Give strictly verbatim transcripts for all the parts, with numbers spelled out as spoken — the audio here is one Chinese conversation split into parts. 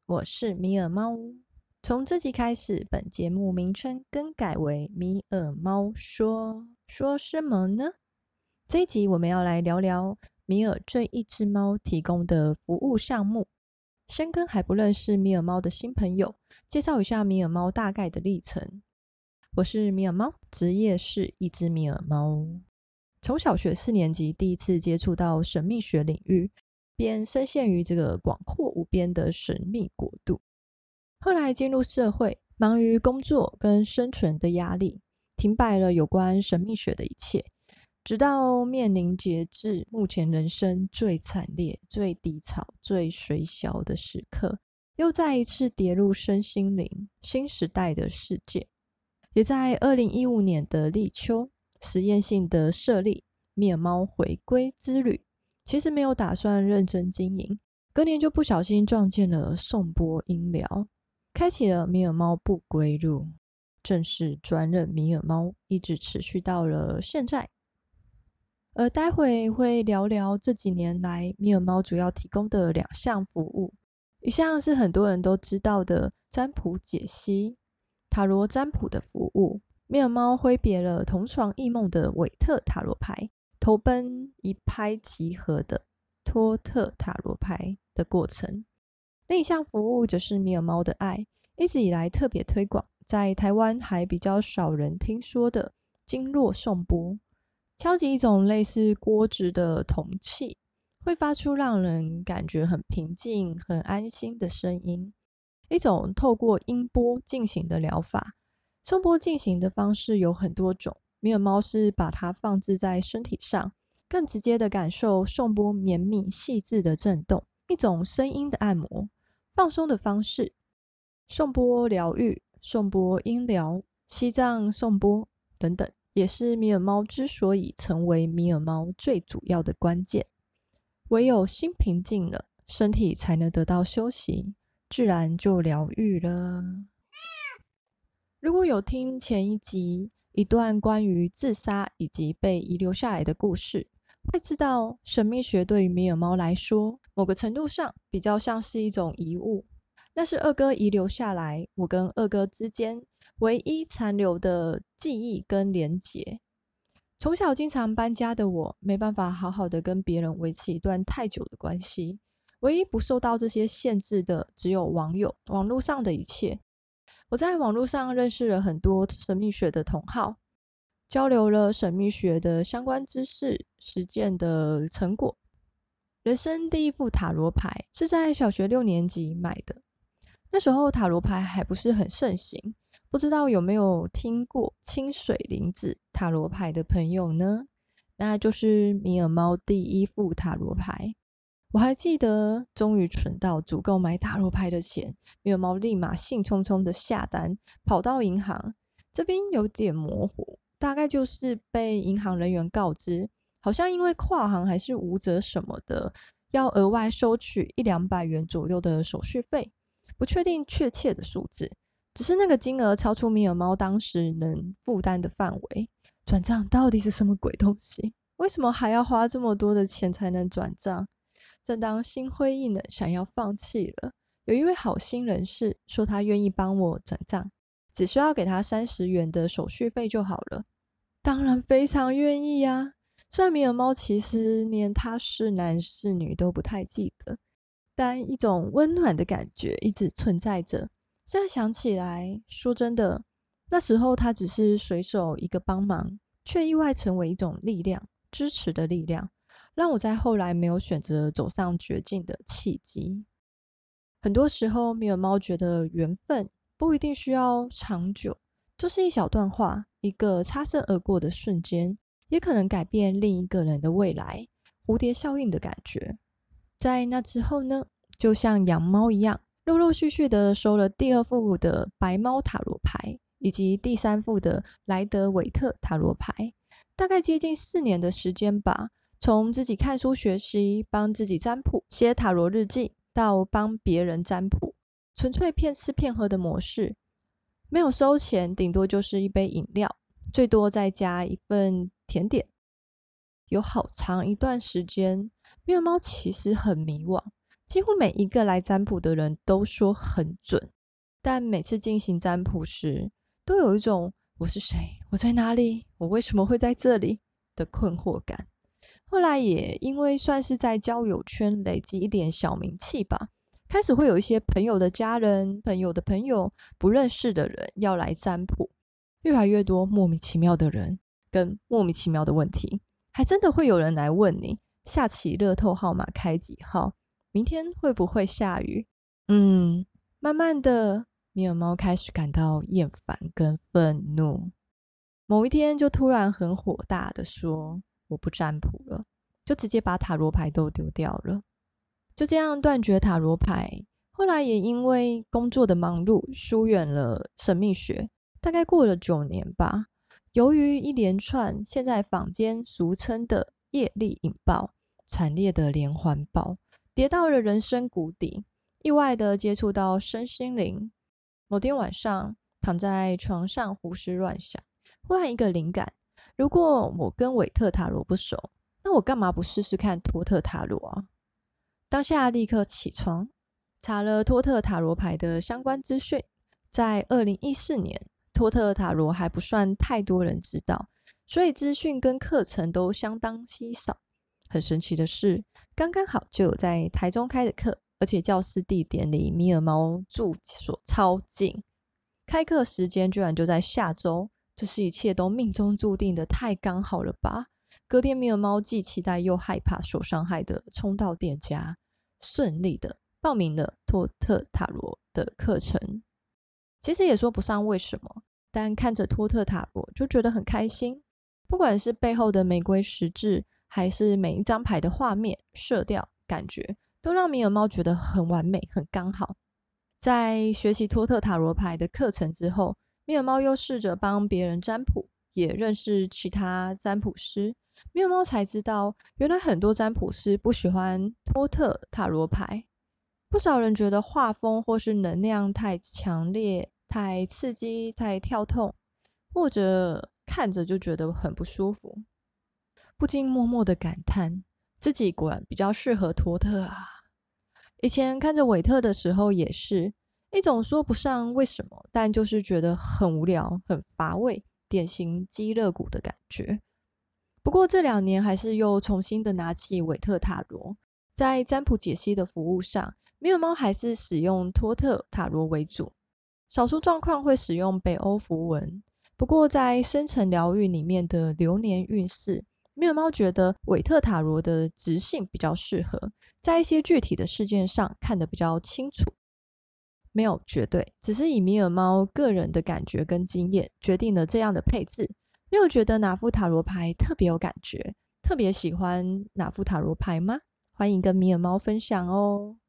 我是米尔猫。从这集开始，本节目名称更改为米尔猫说。说什么呢？这一集我们要来聊聊米尔这一只猫提供的服务项目。先跟还不认识米尔猫的新朋友介绍一下米尔猫大概的历程。我是米尔猫，职业是一只米尔猫。从小学四年级第一次接触到神秘学领域，便深陷于这个广阔无边的神秘国度。后来进入社会，忙于工作跟生存的压力，停摆了有关神秘学的一切，直到面临截至目前人生最惨烈、最低潮、最水小的时刻，又再一次跌入身心灵新时代的世界。也在二零一五年的立秋，实验性的设立米尔猫回归之旅，其实没有打算认真经营，隔年就不小心撞见了颂钵音疗，开启了米尔猫不归路，正式专任米尔猫，一直持续到了现在。而待会会聊聊这几年来米尔猫主要提供的两项服务，一项是很多人都知道的占卜解析塔罗占卜的服务，米尔猫挥别了同床异梦的韦特塔罗牌，投奔一拍即合的托特塔罗牌的过程。另一项服务则是米尔猫的爱，一直以来特别推广，在台湾还比较少人听说的经络颂钵，敲击一种类似锅子的铜器，会发出让人感觉很平静、很安心的声音。一种透过音波进行的疗法。颂钵进行的方式有很多种，米尔猫是把它放置在身体上，更直接的感受颂钵绵密细致的震动，一种声音的按摩放松的方式。颂钵疗愈、颂钵音疗、西藏颂钵等等，也是米尔猫之所以成为米尔猫最主要的关键。唯有心平静了，身体才能得到休息，自然就疗愈了。如果有听前一集一段关于自杀以及被遗留下来的故事，会知道神秘学对于米尔猫来说，某个程度上比较像是一种遗物。那是二哥遗留下来我跟二哥之间唯一残留的记忆跟连结。从小经常搬家的我，没办法好好的跟别人维持一段太久的关系，唯一不受到这些限制的只有网友，网络上的一切。我在网络上认识了很多神秘学的同好，交流了神秘学的相关知识、实践的成果。人生第一副塔罗牌是在小学六年级买的，那时候塔罗牌还不是很盛行，不知道有没有听过清水灵子塔罗牌的朋友呢？那就是米尔猫第一副塔罗牌。我还记得，终于存到足够买塔罗牌的钱，米尔猫立马兴冲冲的下单，跑到银行。这边有点模糊，大概就是被银行人员告知，好像因为跨行还是无责什么的，要额外收取一两百元左右的手续费，不确定确切的数字，只是那个金额超出米尔猫当时能负担的范围。转账到底是什么鬼东西？为什么还要花这么多的钱才能转账？正当心灰意冷，想要放弃了，有一位好心人士说他愿意帮我转账，只需要给他三十元的手续费就好了。当然非常愿意啊！虽然米尔猫其实连他是男是女都不太记得，但一种温暖的感觉一直存在着。现在想起来，说真的，那时候他只是随手一个帮忙，却意外成为一种力量，支持的力量，让我在后来没有选择走上绝境的契机。很多时候，米尔猫觉得缘分不一定需要长久，就是一小段话，一个擦身而过的瞬间，也可能改变另一个人的未来。蝴蝶效应的感觉。在那之后呢，就像养猫一样，陆陆续续的收了第二副的白猫塔罗牌，以及第三副的莱德韦特塔罗牌，大概接近四年的时间吧。从自己看书学习，帮自己占卜，写塔罗日记，到帮别人占卜，纯粹骗吃骗喝的模式，没有收钱，顶多就是一杯饮料，最多再加一份甜点。有好长一段时间，米尔猫其实很迷惘， 几乎每一个来占卜的人都说很准，但每次进行占卜时，都有一种我是谁？我在哪里？我为什么会在这里？的困惑感。后来也因为算是在交友圈累积一点小名气吧，开始会有一些朋友的家人、朋友的朋友、不认识的人要来占卜，越来越多莫名其妙的人跟莫名其妙的问题，还真的会有人来问你下期乐透号码开几号，明天会不会下雨。嗯，慢慢的米尔猫开始感到厌烦跟愤怒，某一天就突然很火大的说我不占卜了，就直接把塔罗牌都丢掉了，就这样断绝塔罗牌。后来也因为工作的忙碌疏远了神秘学，大概过了九年吧。由于一连串现在坊间俗称的业力引爆，惨烈的连环爆，跌到了人生谷底，意外的接触到身心灵。某天晚上躺在床上胡思乱想，忽然一个灵感，如果我跟韦特塔罗不熟，那我干嘛不试试看托特塔罗啊？当下立刻起床，查了托特塔罗牌的相关资讯。在二零一四年，托特塔罗还不算太多人知道，所以资讯跟课程都相当稀少。很神奇的是，刚刚好就有在台中开的课，而且教室地点离米尔猫住所超近，开课时间居然就在下周，这是一切都命中注定的，太刚好了吧。隔天米尔猫既期待又害怕受伤害的冲到店家，顺利的报名了托特塔罗的课程。其实也说不上为什么，但看着托特塔罗就觉得很开心，不管是背后的玫瑰十字，还是每一张牌的画面、色调、感觉，都让米尔猫觉得很完美、很刚好。在学习托特塔罗牌的课程之后，米尔猫又试着帮别人占卜，也认识其他占卜师。米尔猫才知道，原来很多占卜师不喜欢托特塔罗牌。不少人觉得画风或是能量太强烈、太刺激、太跳痛，或者看着就觉得很不舒服，不禁默默的感叹，自己果然比较适合托特啊。以前看着韦特的时候也是一种说不上为什么，但就是觉得很无聊、很乏味，典型鸡肋骨的感觉。不过这两年还是又重新的拿起韦特塔罗，在占卜解析的服务上，米尔猫还是使用托特塔罗为主，少数状况会使用北欧符文。不过在深层疗愈里面的流年运势，米尔猫觉得韦特塔罗的直性比较适合，在一些具体的事件上看得比较清楚。没有绝对，只是以米尔猫个人的感觉跟经验决定了这样的配置。你有觉得哪副塔罗牌特别有感觉，特别喜欢哪副塔罗牌吗？欢迎跟米尔猫分享哦。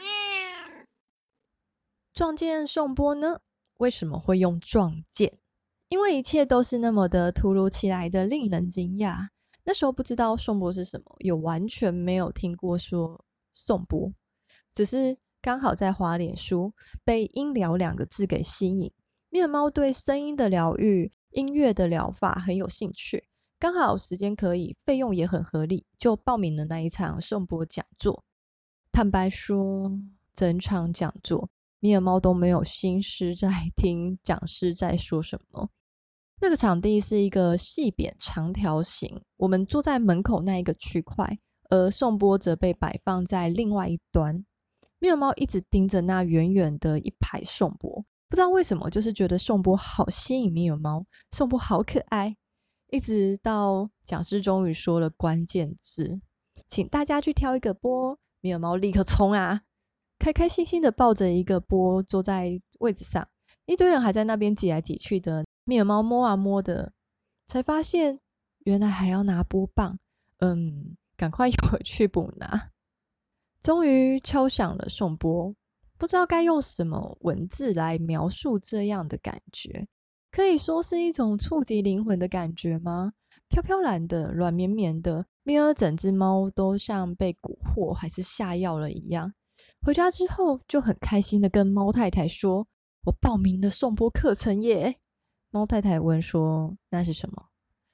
撞见颂钵呢？为什么会用撞见？因为一切都是那么的突如其来的令人惊讶。那时候不知道颂钵是什么，也完全没有听过说颂钵，只是刚好在滑脸书被音疗两个字给吸引。米尔猫对声音的疗愈、音乐的疗法很有兴趣，刚好时间可以，费用也很合理，就报名了那一场颂钵讲座。坦白说，整场讲座米尔猫都没有心思在听讲师在说什么。那个场地是一个细扁长条形，我们坐在门口那一个区块，而颂钵则被摆放在另外一端。米尔猫一直盯着那远远的一排颂钵，不知道为什么，就是觉得颂钵好吸引米尔猫，颂钵好可爱。一直到讲师终于说了关键字，请大家去挑一个钵，米尔猫立刻冲啊，开开心心的抱着一个钵坐在位置上，一堆人还在那边挤来挤去的。米尔猫摸啊摸的，才发现原来还要拿钵棒，嗯，赶快回去补拿。终于敲响了颂钵，不知道该用什么文字来描述这样的感觉，可以说是一种触及灵魂的感觉吗？飘飘然的，软绵绵的，米尔整只猫都像被蛊惑还是下药了一样。回家之后就很开心的跟猫太太说，我报名了颂钵课程耶。猫太太问说那是什么？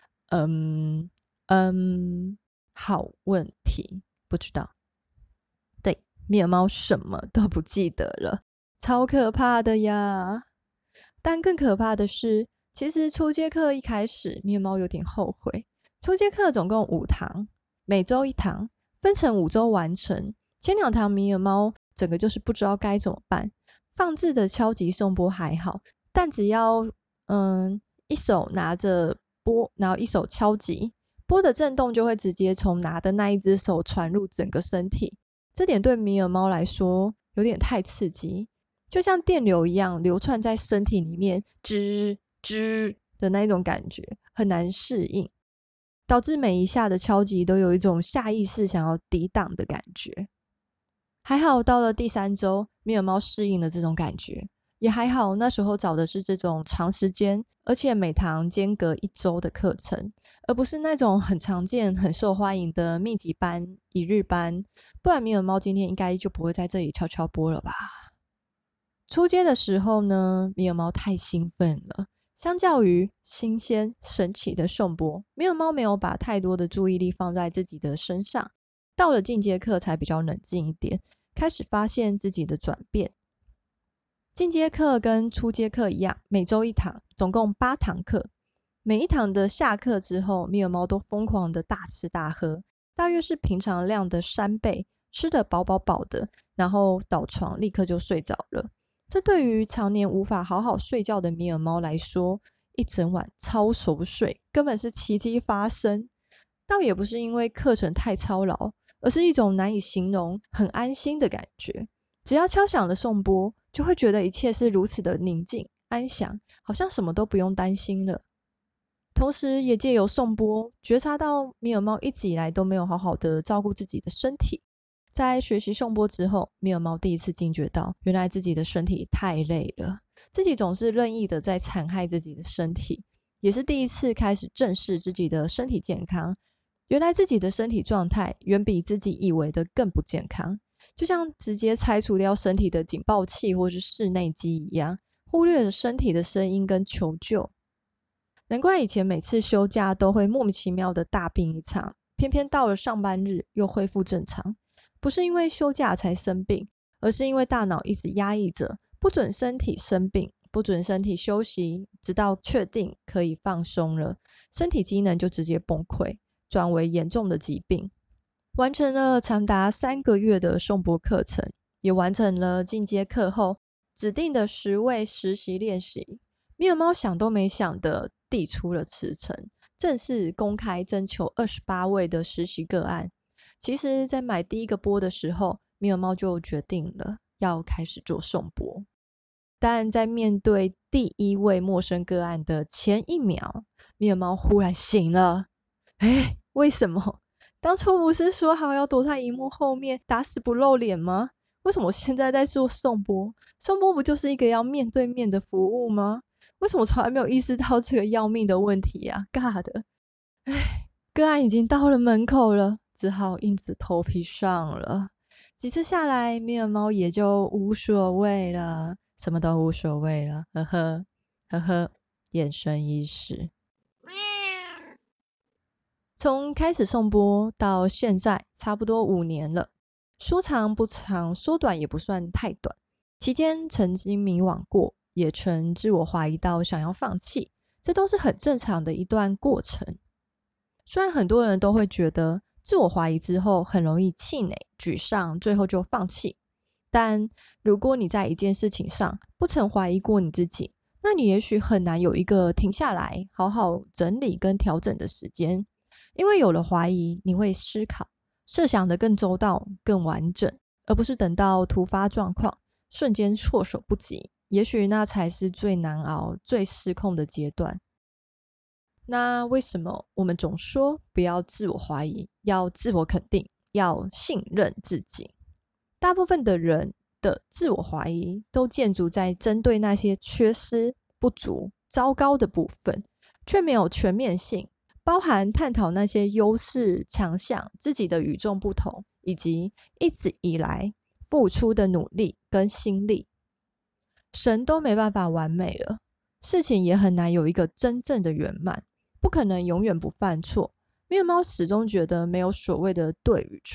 嗯嗯，好问题，不知道。对， 米尔猫什么都不记得了，超可怕的呀！但更可怕的是，其实初阶课一开始，米尔猫有点后悔。初阶课总共五堂，每周一堂，分成五周完成。前两堂米尔猫整个就是不知道该怎么办。放置的敲击颂钵还好，但只要嗯一手拿着钵，然后一手敲击，钵的震动就会直接从拿的那一只手传入整个身体。这点对米尔猫来说有点太刺激，就像电流一样流窜在身体里面，吱吱的那种感觉，很难适应，导致每一下的敲击都有一种下意识想要抵挡的感觉。还好到了第三周，米尔猫适应了这种感觉，也还好那时候找的是这种长时间，而且每堂间隔一周的课程，而不是那种很常见、很受欢迎的密集班、一日班，不然米尔猫今天应该就不会在这里敲敲钵了吧。初阶的时候呢，米尔猫太兴奋了，相较于新鲜神奇的颂钵，米尔猫没有把太多的注意力放在自己的身上。到了进阶课才比较冷静一点，开始发现自己的转变。进阶课跟初阶课一样，每周一堂，总共八堂课。每一堂的下课之后，米尔猫都疯狂的大吃大喝，大约是平常量的三倍，吃得饱饱饱的，然后倒床立刻就睡着了。这对于常年无法好好睡觉的米尔猫来说，一整晚超熟睡，根本是奇迹发生。倒也不是因为课程太操劳，而是一种难以形容、很安心的感觉。只要敲响了颂钵，就会觉得一切是如此的宁静、安详，好像什么都不用担心了。同时也借由颂钵，觉察到米尔猫一直以来都没有好好的照顾自己的身体。在学习颂钵之后，米尔猫第一次惊觉到，原来自己的身体太累了，自己总是任意的在残害自己的身体，也是第一次开始正视自己的身体健康。原来自己的身体状态远比自己以为的更不健康，就像直接拆除掉身体的警报器或是室内机一样，忽略了身体的声音跟求救。难怪以前每次休假都会莫名其妙的大病一场，偏偏到了上班日又恢复正常。不是因为休假才生病，而是因为大脑一直压抑着，不准身体生病，不准身体休息，直到确定可以放松了，身体机能就直接崩溃，转为严重的疾病。完成了长达三个月的颂钵课程，也完成了进阶课后指定的十位实习练习。米尔猫想都没想的递出了辞呈，正式公开征求二十八位的实习个案。其实在买第一个钵的时候，米尔猫就决定了要开始做颂钵，但在面对第一位陌生个案的前一秒，米尔猫忽然醒了。诶，为什么？当初不是说好要躲在荧幕后面打死不露脸吗？为什么我现在在做颂钵？颂钵不就是一个要面对面的服务吗？为什么我从来没有意识到这个要命的问题啊？尬的。唉，个案已经到了门口了，只好硬着头皮上了。几次下来，米尔猫也就无所谓了，什么都无所谓了，呵呵呵呵，眼神已死。从开始颂钵到现在差不多五年了，说长不长，说短也不算太短。期间曾经迷惘过，也曾自我怀疑到想要放弃，这都是很正常的一段过程。虽然很多人都会觉得自我怀疑之后很容易气馁、沮丧，最后就放弃，但如果你在一件事情上不曾怀疑过你自己，那你也许很难有一个停下来好好整理跟调整的时间。因为有了怀疑，你会思考，设想得更周到、更完整，而不是等到突发状况，瞬间措手不及。也许那才是最难熬、最失控的阶段。那为什么我们总说不要自我怀疑，要自我肯定，要信任自己？大部分的人的自我怀疑都建筑在针对那些缺失、不足、糟糕的部分，却没有全面性。包含探讨那些优势、强项、自己的与众不同，以及一直以来付出的努力跟心力。神都没办法完美了，事情也很难有一个真正的圆满，不可能永远不犯错。米尔猫始终觉得没有所谓的对与错，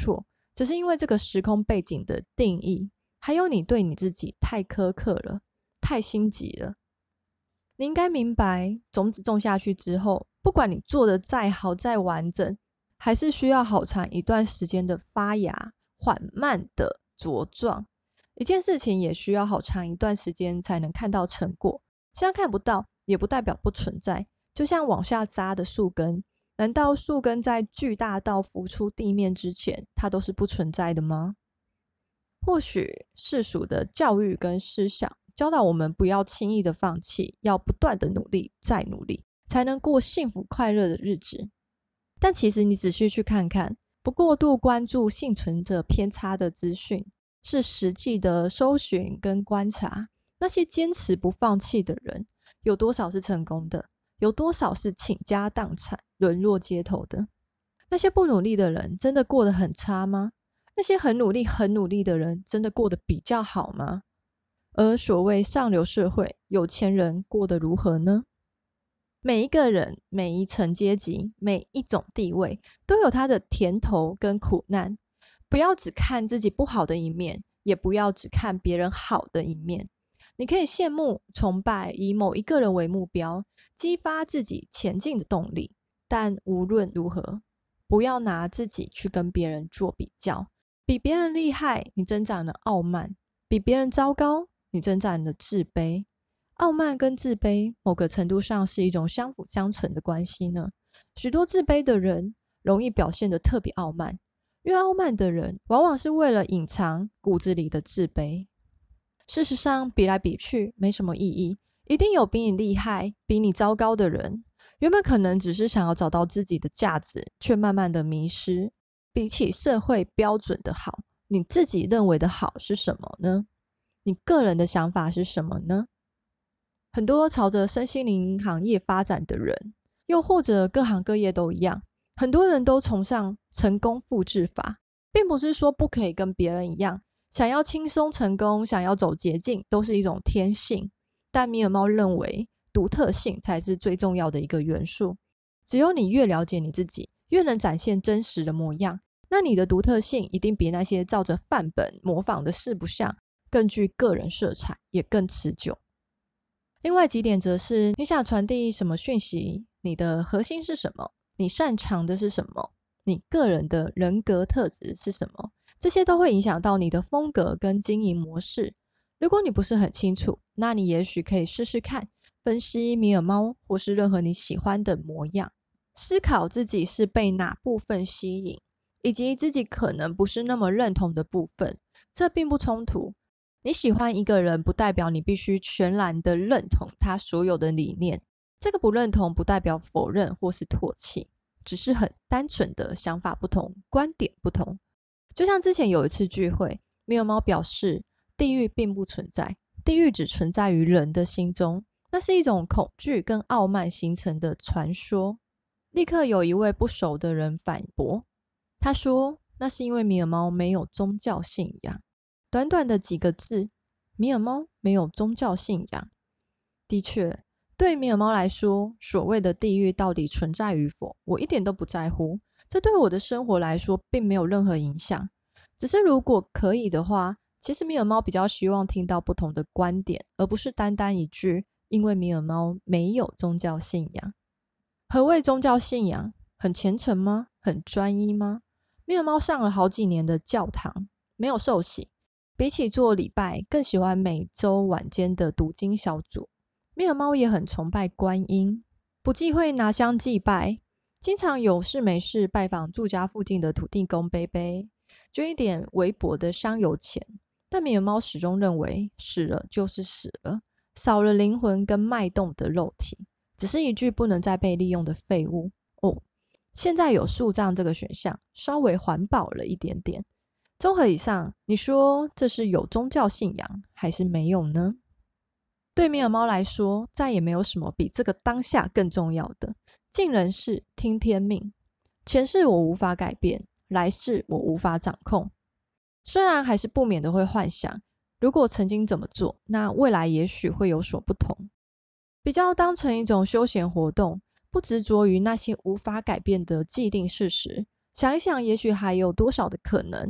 只是因为这个时空背景的定义，还有你对你自己太苛刻了，太心急了。你应该明白，种子种下去之后，不管你做的再好再完整，还是需要好长一段时间的发芽，缓慢的茁壮。一件事情也需要好长一段时间才能看到成果，现在看不到也不代表不存在。就像往下扎的树根，难道树根在巨大到浮出地面之前，它都是不存在的吗？或许世俗的教育跟思想教导我们不要轻易的放弃，要不断的努力再努力，才能过幸福快乐的日子。但其实你仔细去看看，不过度关注幸存者偏差的资讯，是实际的搜寻跟观察，那些坚持不放弃的人，有多少是成功的？有多少是倾家荡产、沦落街头的？那些不努力的人，真的过得很差吗？那些很努力、很努力的人，真的过得比较好吗？而所谓上流社会，有钱人过得如何呢？每一个人、每一层阶级、每一种地位，都有他的甜头跟苦难。不要只看自己不好的一面，也不要只看别人好的一面。你可以羡慕、崇拜，以某一个人为目标，激发自己前进的动力。但无论如何，不要拿自己去跟别人做比较。比别人厉害，你增长了傲慢；比别人糟糕，你增长了自卑。傲慢跟自卑，某个程度上是一种相辅相成的关系呢。许多自卑的人，容易表现得特别傲慢。越傲慢的人，往往是为了隐藏骨子里的自卑。事实上，比来比去没什么意义，一定有比你厉害、比你糟糕的人。原本可能只是想要找到自己的价值，却慢慢的迷失。比起社会标准的好，你自己认为的好是什么呢？你个人的想法是什么呢？很多朝着身心灵行业发展的人，又或者各行各业都一样，很多人都崇尚成功复制法，并不是说不可以跟别人一样，想要轻松成功，想要走捷径，都是一种天性。但米尔猫认为，独特性才是最重要的一个元素。只有你越了解你自己，越能展现真实的模样，那你的独特性一定比那些照着范本模仿的四不像更具个人色彩，也更持久。另外几点则是你想传递什么讯息，你的核心是什么，你擅长的是什么，你个人的人格特质是什么，这些都会影响到你的风格跟经营模式。如果你不是很清楚，那你也许可以试试看分析米尔猫或是任何你喜欢的模样，思考自己是被哪部分吸引，以及自己可能不是那么认同的部分。这并不冲突。你喜欢一个人，不代表你必须全然的认同他所有的理念。这个不认同不代表否认或是唾弃，只是很单纯的想法不同，观点不同。就像之前有一次聚会，米尔猫表示地狱并不存在，地狱只存在于人的心中，那是一种恐惧跟傲慢形成的传说。立刻有一位不熟的人反驳，他说那是因为米尔猫没有宗教信仰。短短的几个字，米尔猫没有宗教信仰。的确，对米尔猫来说，所谓的地狱到底存在与否，我一点都不在乎。这对我的生活来说并没有任何影响。只是如果可以的话，其实米尔猫比较希望听到不同的观点，而不是单单一句因为米尔猫没有宗教信仰。何谓宗教信仰？很虔诚吗？很专一吗？米尔猫上了好几年的教堂，没有受洗。比起做礼拜，更喜欢每周晚间的读经小组。米尔猫也很崇拜观音，不忌讳拿香祭拜，经常有事没事拜访住家附近的土地公伯伯，捐一点微薄的香油钱。但米尔猫始终认为，死了就是死了，少了灵魂跟脉动的肉体，只是一具不能再被利用的废物。哦，现在有树葬这个选项，稍微环保了一点点。综合以上，你说这是有宗教信仰还是没有呢？对米尔猫来说，再也没有什么比这个当下更重要的。尽人事，听天命。前世我无法改变，来世我无法掌控。虽然还是不免的会幻想，如果曾经怎么做，那未来也许会有所不同。比较当成一种休闲活动，不执着于那些无法改变的既定事实，想一想，也许还有多少的可能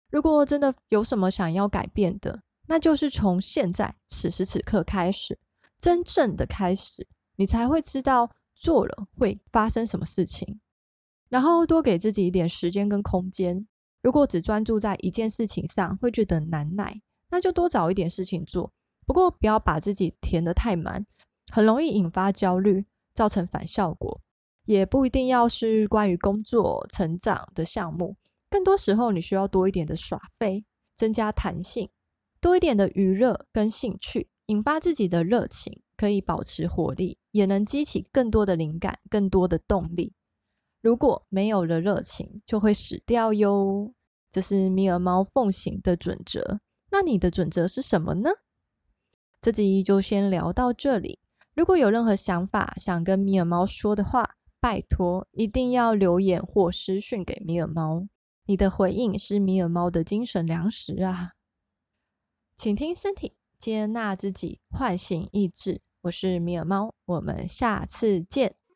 如果真的有什么想要改变的，那就是从现在此时此刻开始，真正的开始，你才会知道做了会发生什么事情。然后多给自己一点时间跟空间，如果只专注在一件事情上会觉得难耐，那就多找一点事情做，不过不要把自己填得太满，很容易引发焦虑，造成反效果。也不一定要是关于工作成长的项目，更多时候你需要多一点的耍废，增加弹性，多一点的娱乐跟兴趣，引发自己的热情，可以保持活力，也能激起更多的灵感，更多的动力。如果没有了热情，就会死掉哟。这是米尔猫奉行的准则。那你的准则是什么呢？这集就先聊到这里。如果有任何想法想跟米尔猫说的话，拜托一定要留言或私讯给米尔猫。你的回应是米尔猫的精神粮食啊！倾听身体，接纳自己，唤醒意志。我是米尔猫，我们下次见。